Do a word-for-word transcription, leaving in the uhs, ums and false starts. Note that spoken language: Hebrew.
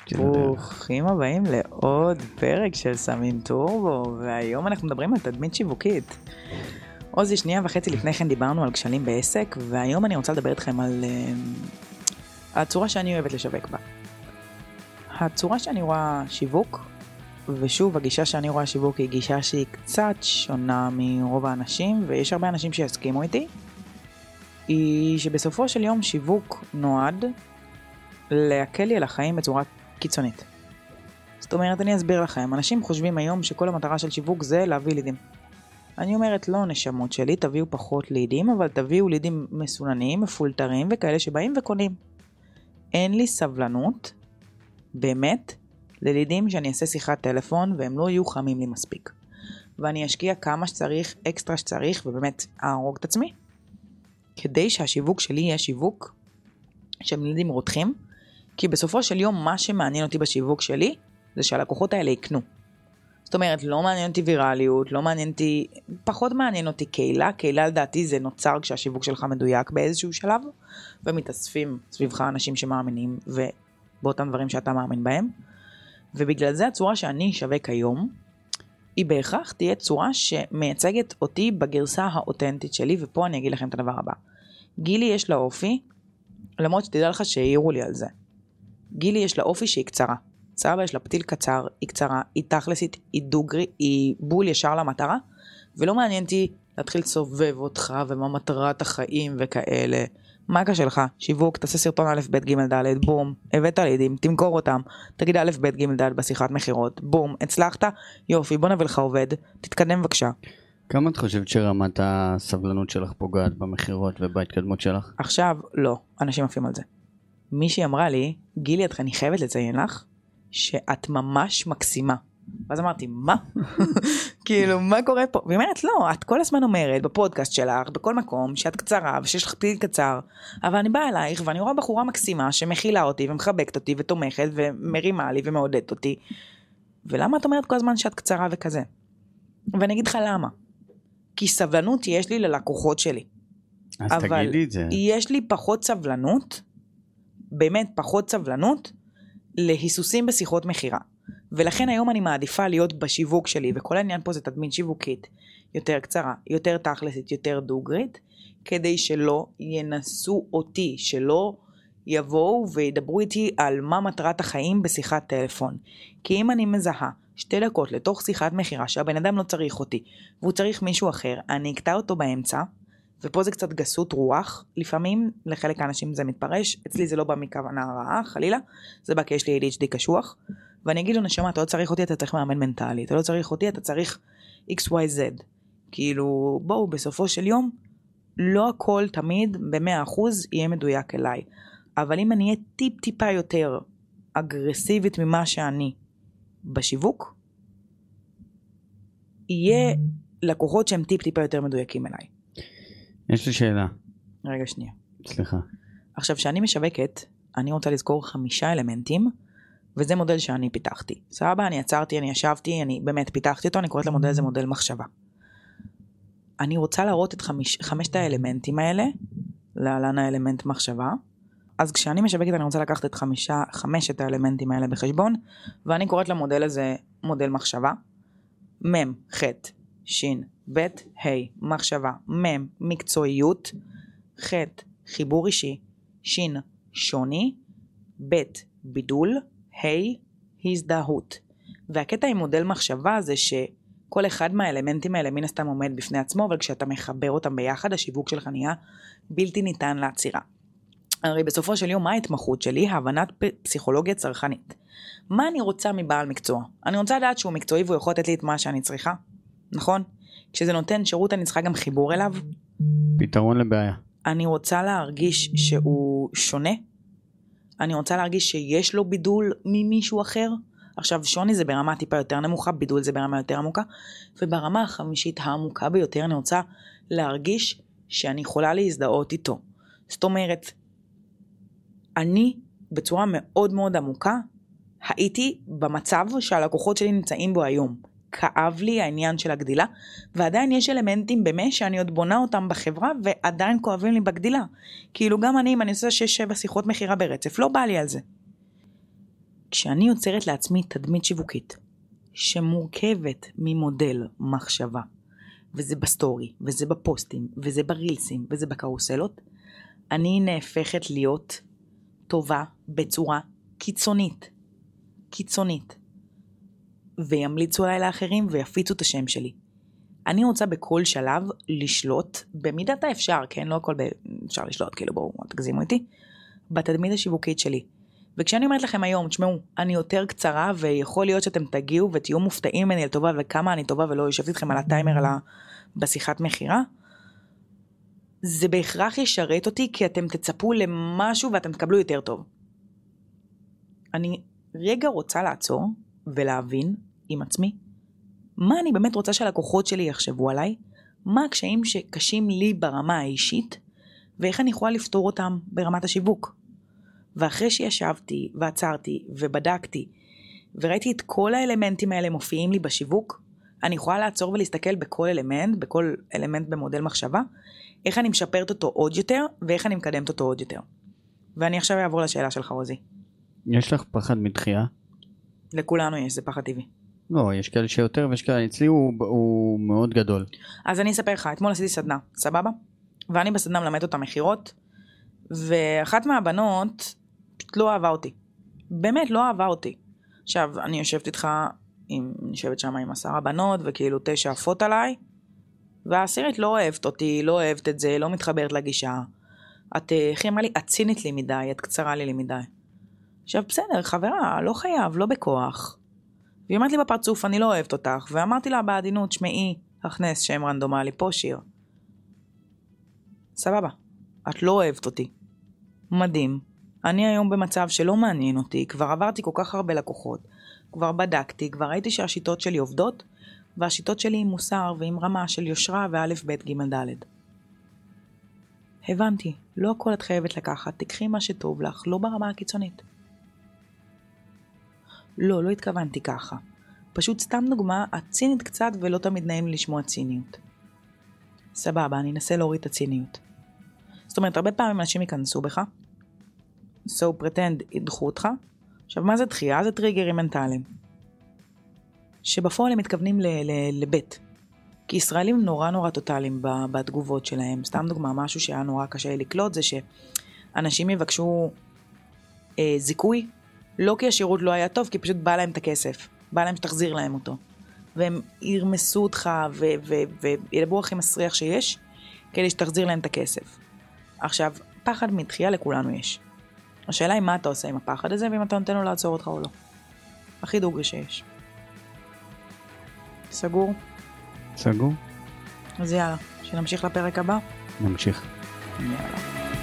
ברוכים הבאים לעוד פרק של סמים טורבו, והיום אנחנו מדברים על תדמית שיווקית. עוזי, שנייה וחצי לפני כן דיברנו על כשלים בעסק, והיום אני רוצה לדבר איתכם על uh, הצורה שאני אוהבת לשווק בה. הצורה שאני רואה שיווק, ושוב, הגישה שאני רואה שיווק היא גישה שהיא קצת שונה מרוב האנשים, ויש הרבה אנשים שיסכימו איתי, היא שבסופו של יום שיווק נועד להקל לי על החיים בצורה קיצונית. זאת אומרת, אני אסביר לכם, אנשים חושבים היום שכל המטרה של שיווק זה להביא לידים. אני אומרת, לא נשמות שלי, תביאו פחות לידים, אבל תביאו לידים מסוננים, מפולטרים וכאלה שבאים וקונים. אין לי סבלנות, באמת, ללידים שאני אעשה שיחת טלפון והם לא יהיו חמים לי מספיק. ואני אשקיע כמה שצריך, אקסטרה שצריך, ובאמת אהרוג את עצמי, כדי שהשיווק שלי יהיה שיווק שהם לידים רותחים, כי בסופו של יום מה שמעניין אותי בשיווק שלי, זה שהלקוחות האלה יקנו. זאת אומרת, לא מעניין אותי ויראליות, לא מעניין אותי, פחות מעניין אותי קהילה, קהילה לדעתי זה נוצר כשהשיווק שלך מדויק באיזשהו שלב, ומתאספים סביבך אנשים שמאמינים, ובאותם דברים שאתה מאמין בהם, ובגלל זה הצורה שאני אשווק היום, היא בהכרח תהיה צורה שמייצגת אותי בגרסה האותנטית שלי, ופה אני אגיד לכם את הדבר הבא. גילי יש לה אופי, למרות שתדע לך שהעירו לי על זה. גילי יש לה אופי שהיא קצרה. סבא יש לה פתיל קצר, היא קצרה, היא תכלסית, היא דוגרי, היא בול ישר למטרה, ולא מעניין אותי להתחיל לסובב אותך ומה מטרת החיים וכאלה. מה קשה לך? שיווק, תעשה סרטון א' ב' ג' ד', בום, הבאת לידים, תמכור אותם, תגיד א' ב' ג' ד' בשיחת מחירות, בום, הצלחת, יופי, בוא נביא לך עובד, תתקדם בבקשה. כמה את חושבת שרמת הסבלנות שלך פוגעת במחירות ובהתקדמות שלך? עכשיו, לא, אנשים עפים על זה. מישהי אמרה לי, גילי, אני חייבת לציין לך, שאת ממש מקסימה. ואז אמרתי, מה? כאילו, מה קורה פה? והיא אומרת, לא, את כל הזמן אומרת בפודקאסט שלך, בכל מקום, שאת קצרה ושיש לך פתיל קצר, אבל אני באה אלייך ואני רואה בחורה מקסימה שמכילה אותי ומחבקת אותי ותומכת ומרימה לי ומעודדת אותי. ולמה את אומרת כל הזמן שאת קצרה וכזה? ואני אגיד לך למה. כי סבלנות יש לי ללקוחות שלי. אז תגידי את זה. אבל יש לי פחות סבלנות, באמת פחות סבלנות, להיסוסים בשיחות מחירה. ולכן היום אני מעדיפה להיות בשיווק שלי, וכל העניין פה זה תדמית שיווקית, יותר קצרה, יותר תכלסית, יותר דוגרית, כדי שלא ינסו אותי, שלא יבואו וידברו איתי על מה מטרת החיים בשיחת טלפון. כי אם אני מזהה שתי דקות לתוך שיחת מחירה, שהבן אדם לא צריך אותי, והוא צריך מישהו אחר, אני אקטע אותו באמצע, ופה זה קצת גסות רוח, לפעמים לחלק האנשים זה מתפרש, אצלי זה לא בא מכוונה רעה, חלילה, זה בא כי יש לי איי די אייץ' די קשוח, ואני אגיד לו, נשמה, אתה לא צריך אותי, אתה צריך מאמן מנטלי, אתה לא צריך אותי, אתה צריך אקס וואי זד, כאילו, בואו, בסופו של יום, לא הכל תמיד ב-מאה אחוז יהיה מדויק אליי, אבל אם אני אהיה טיפ טיפה יותר אגרסיבית ממה שאני בשיווק, יהיה לקוחות שהם טיפ טיפה יותר מדויקים אליי. יש לי שאלה. רגע שנייה. סליחה. עכשיו, שאני משווקת, אני רוצה לזכור חמישה אלמנטים, וזה מודל שאני פיתחתי. סבבה, אני עצרתי, אני ישבתי, אני באמת פיתחתי אותו, אני קוראת למודל הזה מודל מחשבה. אני רוצה להראות את חמיש, חמשת האלמנטים האלה, להלן האלמנט מחשבה, אז כשאני משווקת אני רוצה לקחת את חמישה, חמשת האלמנטים האלה בחשבון, ואני קוראת למודל הזה מודל מחשבה, מם, חט, שין, בית, היי, מחשבה, מם, מקצועיות, חט, חיבור אישי, שין, שוני, בית, בידול, היי, הזדהות. והקטע עם מודל מחשבה זה שכל אחד מהאלמנטים האלה מן הסתם עומד בפני עצמו, אבל כשאתה מחבר אותם ביחד, השיווק שלך נהיה בלתי ניתן לעצירה. הרי בסופו של יום, מה ההתמחות שלי? הבנת פסיכולוגיה צרכנית. מה אני רוצה מבעל מקצוע? אני רוצה לדעת שהוא מקצועי והוא יכול לתת לי את מה שאני צריכה, נכון? כשזה נותן שירות אני צריכה גם חיבור אליו. פתרון לבעיה. אני רוצה להרגיש שהוא שונה. אני רוצה להרגיש שיש לו בידול ממישהו אחר. עכשיו שוני זה ברמה טיפה יותר נמוכה, בידול זה ברמה יותר עמוקה. וברמה החמישית העמוקה ביותר אני רוצה להרגיש שאני יכולה להזדהות איתו. זאת אומרת, אני בצורה מאוד מאוד עמוקה הייתי במצב שהלקוחות שלי נמצאים בו היום. כאב לי העניין של הגדילה, ועדיין יש אלמנטים במה שאני עוד בונה אותם בחברה, ועדיין כואבים לי בגדילה. כאילו גם אני, אם אני עושה שש שבע שיחות מחירה ברצף, לא בא לי על זה. כשאני יוצרת לעצמי תדמית שיווקית, שמורכבת ממודל מחשבה, וזה בסטורי, וזה בפוסטים, וזה ברילסים, וזה בקרוסלות, אני נהפכת להיות טובה בצורה קיצונית. קיצונית. וימליצו עליי לאחרים ויפיצו את השם שלי. אני רוצה בכל שלב לשלוט, במידת האפשר, כן? לא הכל אפשר לשלוט, כאילו בואו, תגזימו איתי, בתדמית השיווקית שלי. וכשאני אומרת לכם היום, תשמעו, אני יותר קצרה, ויכול להיות שאתם תגיעו ותהיו מופתעים ממני על טובה, וכמה אני טובה, ולא יושבת איתכם על הטיימר על ה... בשיחת מחירה, זה בהכרח ישרת אותי, כי אתם תצפו למשהו ואתם תקבלו יותר טוב. אני רגע רוצה לעצור ולהבין עם עצמי, מה אני באמת רוצה שהלקוחות שלי יחשבו עליי, מה הקשיים שקשים לי ברמה האישית, ואיך אני יכולה לפתור אותם ברמת השיווק. ואחרי שישבתי ועצרתי ובדקתי, וראיתי את כל האלמנטים האלה מופיעים לי בשיווק, אני יכולה לעצור ולהסתכל בכל אלמנט, בכל אלמנט במודל מחשבה, איך אני משפרת אותו עוד יותר, ואיך אני מקדמת אותו עוד יותר. ואני עכשיו אעבור לשאלה שלך, רוזי. יש לך פחד מדחייה? לכולנו יש, זה פחד טבעי. לא, יש כאלה שיותר, ויש כאלה, אצלי הוא, הוא מאוד גדול. אז אני אספר לך, אתמול עשיתי סדנה, סבבה? ואני בסדנה מלמד אותה מחירות, ואחת מהבנות פשוט לא אהבה אותי. באמת לא אהבה אותי. עכשיו, אני יושבת איתך, עם, אני יושבת שם עם עשרה בנות, וכאילו תשע עפות עליי, והעשירית לא אוהבת אותי, לא אוהבת את זה, לא מתחברת לגישה. את, איך אמרה לי, את צינית לי מדי, את קצרה לי לי מדי. עכשיו, בסדר, חברה, לא חייב, לא בכוח. והיא אמרת לי בפרצוף, אני לא אוהבת אותך, ואמרתי לה בעדינות, שמעי, הכנס שם רנדומלי, פה שיר. סבבה, את לא אוהבת אותי. מדהים. אני היום במצב שלא מעניין אותי, כבר עברתי כל כך הרבה לקוחות, כבר בדקתי, כבר ראיתי שהשיטות שלי עובדות, והשיטות שלי עם מוסר ועם רמה של יושרה ואלף בית ג' ד'. הבנתי, לא הכל את חייבת לקחת, תקחי מה שטוב לך, לא ברמה הקיצונית. לא, לא התכוונתי ככה. פשוט סתם דוגמה, את צינית קצת ולא תמיד נעים לי לשמוע ציניות. סבבה, אני אנסה להוריד את הציניות. זאת אומרת, הרבה פעמים אנשים ייכנסו בך, so pretend ידחו אותך. עכשיו, מה זה דחייה? זה טריגרים מנטליים. שבפועל הם מתכוונים ל- ל- לבית. כי ישראלים נורא נורא טוטליים בתגובות שלהם. סתם דוגמה, משהו שהיה נורא קשה לקלוט, זה שאנשים יבקשו אה, זיכוי, לא כי השירות לא היה טוב, כי פשוט בא להם את הכסף. בא להם שתחזיר להם אותו. והם ירמסו אותך וילבו הכי מסריח שיש, כדי שתחזיר להם את הכסף. עכשיו, פחד מדחייה לכולנו יש. השאלה היא מה אתה עושה עם הפחד הזה, ואם אתה נותן לו לעצור אותך או לא. הכי דוגרי שיש. סגור? סגור. אז יאללה, שנמשיך לפרק הבא? נמשיך. יאללה.